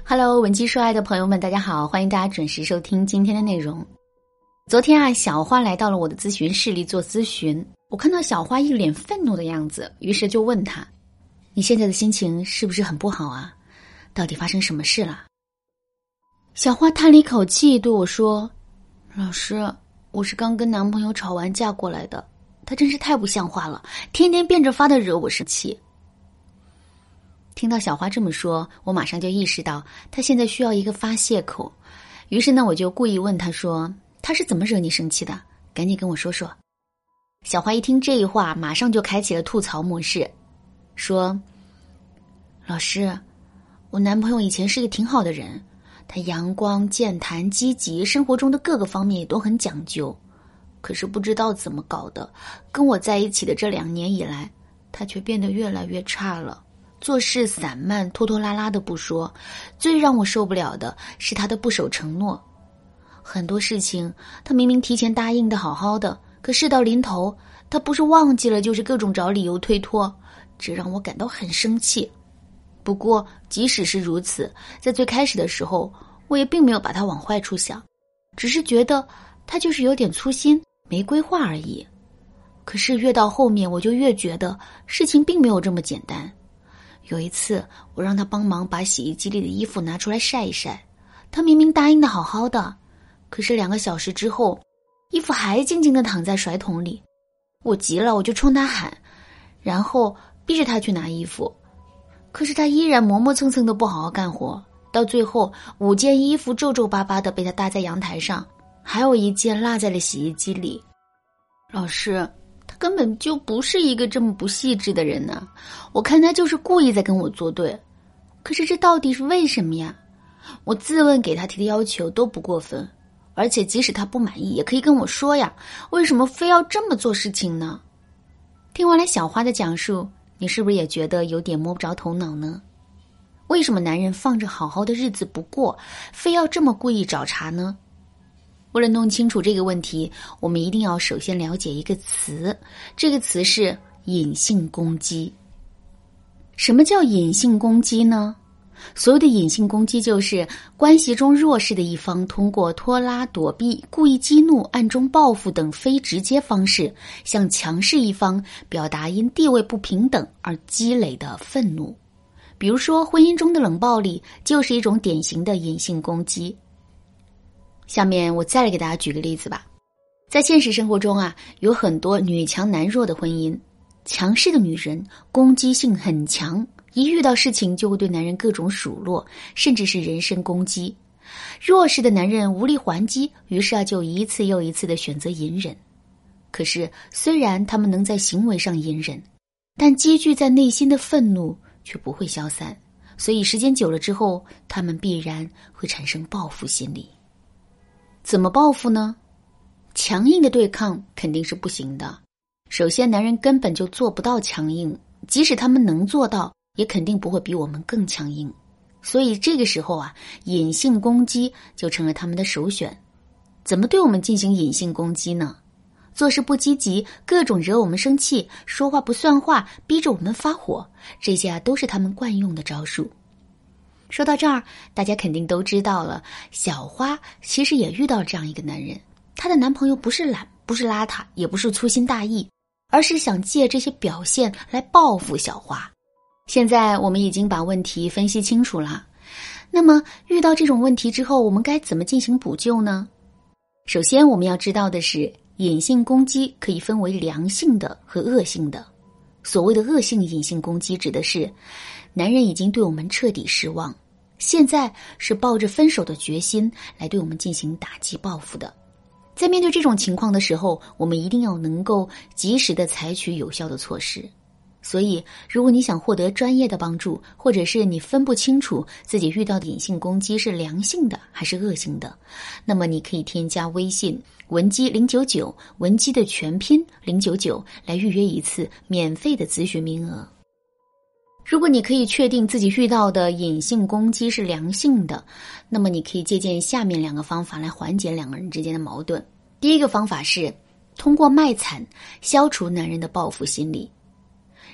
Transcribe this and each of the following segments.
Hello， 文姬说爱的朋友们，大家好，欢迎大家准时收听今天的内容。昨天小花来到了我的咨询室里做咨询，我看到小花一脸愤怒的样子，于是就问她：你现在的心情是不是很不好啊？到底发生什么事了？小花叹了一口气对我说：老师，我是刚跟男朋友吵完架过来的，他真是太不像话了，天天变着法的惹我生气。听到小花这么说，我马上就意识到她现在需要一个发泄口，于是呢，我就故意问她说：他是怎么惹你生气的？赶紧跟我说说。小花一听这话，马上就开启了吐槽模式，说：老师，我男朋友以前是一个挺好的人，他阳光健谈积极，生活中的各个方面也都很讲究，可是不知道怎么搞的，跟我在一起的这2年以来，他却变得越来越差了，做事散漫拖拖拉拉的不说，最让我受不了的是他的不守承诺。很多事情他明明提前答应的好好的，可事到临头他不是忘记了就是各种找理由推脱，这让我感到很生气。不过即使是如此，在最开始的时候我也并没有把他往坏处想，只是觉得他就是有点粗心没规划而已。可是越到后面我就越觉得事情并没有这么简单。有一次我让他帮忙把洗衣机里的衣服拿出来晒一晒，他明明答应的好好的，可是2个小时之后衣服还静静地躺在甩桶里。我急了，我就冲他喊，然后逼着他去拿衣服，可是他依然磨磨蹭蹭的不好好干活，到最后5件衣服皱皱巴巴的被他搭在阳台上，还有1件落在了洗衣机里。老师，他根本就不是一个这么不细致的人呢，我看他就是故意在跟我作对。可是这到底是为什么呀？我自问给他提的要求都不过分，而且即使他不满意也可以跟我说呀，为什么非要这么做事情呢？听完了小花的讲述，你是不是也觉得有点摸不着头脑呢？为什么男人放着好好的日子不过，非要这么故意找茬呢？为了弄清楚这个问题，我们一定要首先了解一个词，这个词是隐性攻击。什么叫隐性攻击呢？所谓的隐性攻击就是关系中弱势的一方通过拖拉、躲避、故意激怒、暗中报复等非直接方式，向强势一方表达因地位不平等而积累的愤怒。比如说婚姻中的冷暴力就是一种典型的隐性攻击。下面我再来给大家举个例子吧。在现实生活中有很多女强男弱的婚姻，强势的女人攻击性很强，一遇到事情就会对男人各种数落，甚至是人身攻击。弱势的男人无力还击，于是就一次又一次的选择隐忍。可是虽然他们能在行为上隐忍，但积聚在内心的愤怒却不会消散，所以时间久了之后，他们必然会产生报复心理。怎么报复呢？强硬的对抗肯定是不行的。首先，男人根本就做不到强硬，即使他们能做到，也肯定不会比我们更强硬。所以这个时候隐性攻击就成了他们的首选。怎么对我们进行隐性攻击呢？做事不积极，各种惹我们生气，说话不算话，逼着我们发火，这些都是他们惯用的招数。说到这儿，大家肯定都知道了，小花其实也遇到这样一个男人，她的男朋友不是懒，不是邋遢，也不是粗心大意，而是想借这些表现来报复小花。现在我们已经把问题分析清楚了，那么遇到这种问题之后，我们该怎么进行补救呢？首先我们要知道的是，隐性攻击可以分为良性的和恶性的。所谓的恶性隐性攻击指的是男人已经对我们彻底失望，现在是抱着分手的决心来对我们进行打击报复的。在面对这种情况的时候，我们一定要能够及时的采取有效的措施。所以如果你想获得专业的帮助，或者是你分不清楚自己遇到的隐性攻击是良性的还是恶性的，那么你可以添加微信文姬099，文姬的全拼099，来预约一次免费的咨询名额。如果你可以确定自己遇到的隐性攻击是良性的，那么你可以借鉴下面2个方法来缓解2个人之间的矛盾。第一个方法是通过卖惨消除男人的报复心理。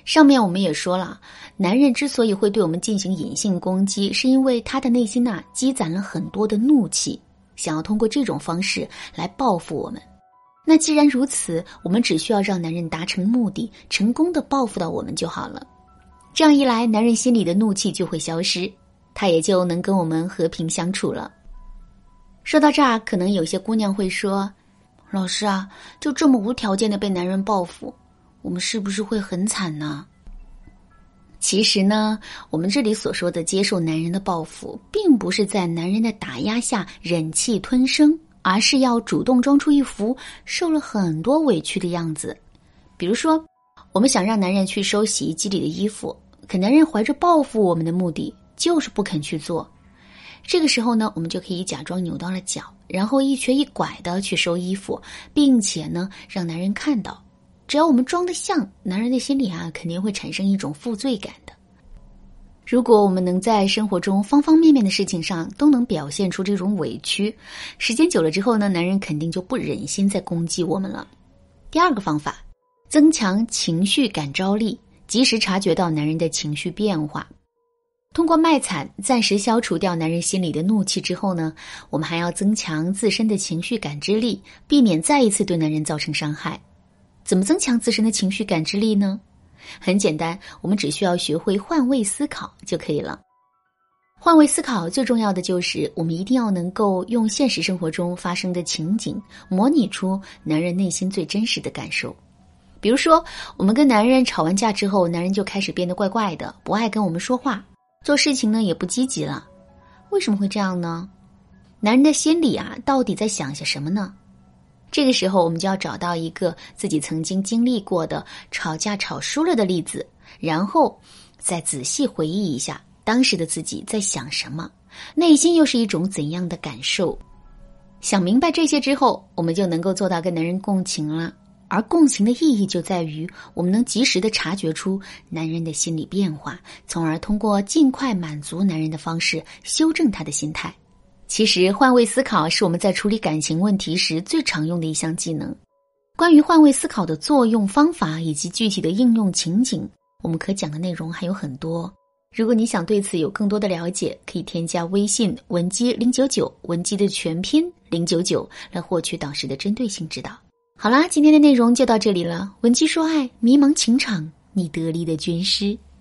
上面我们也说了，男人之所以会对我们进行隐性攻击，是因为他的内心积攒了很多的怒气，想要通过这种方式来报复我们。那既然如此，我们只需要让男人达成目的，成功的报复到我们就好了。这样一来，男人心里的怒气就会消失，他也就能跟我们和平相处了。说到这儿，可能有些姑娘会说，老师啊，就这么无条件的被男人报复，我们是不是会很惨呢？其实呢，我们这里所说的接受男人的报复，并不是在男人的打压下忍气吞声，而是要主动装出一副受了很多委屈的样子。比如说，我们想让男人去收洗衣机里的衣服，可男人怀着报复我们的目的，就是不肯去做。这个时候呢，我们就可以假装扭到了脚，然后一瘸一拐的去收衣服，并且呢，让男人看到。只要我们装得像，男人的心里肯定会产生一种负罪感的。如果我们能在生活中方方面面的事情上都能表现出这种委屈，时间久了之后呢，男人肯定就不忍心再攻击我们了。第二个方法，增强情绪感召力，及时察觉到男人的情绪变化。通过卖惨暂时消除掉男人心里的怒气之后呢，我们还要增强自身的情绪感知力，避免再一次对男人造成伤害。怎么增强自身的情绪感知力呢？很简单，我们只需要学会换位思考就可以了。换位思考最重要的就是我们一定要能够用现实生活中发生的情景模拟出男人内心最真实的感受。比如说，我们跟男人吵完架之后，男人就开始变得怪怪的，不爱跟我们说话，做事情呢也不积极了。为什么会这样呢？男人的心里到底在想些什么呢？这个时候我们就要找到一个自己曾经经历过的吵架吵输了的例子，然后再仔细回忆一下当时的自己在想什么，内心又是一种怎样的感受。想明白这些之后，我们就能够做到跟男人共情了。而共情的意义就在于我们能及时地察觉出男人的心理变化，从而通过尽快满足男人的方式修正他的心态。其实换位思考是我们在处理感情问题时最常用的一项技能。关于换位思考的作用方法以及具体的应用情景，我们可讲的内容还有很多。如果你想对此有更多的了解，可以添加微信文姬099，文姬的全拼099，来获取导师的针对性指导。好啦，今天的内容就到这里了。文姬说爱，迷茫情场，你得力的军师。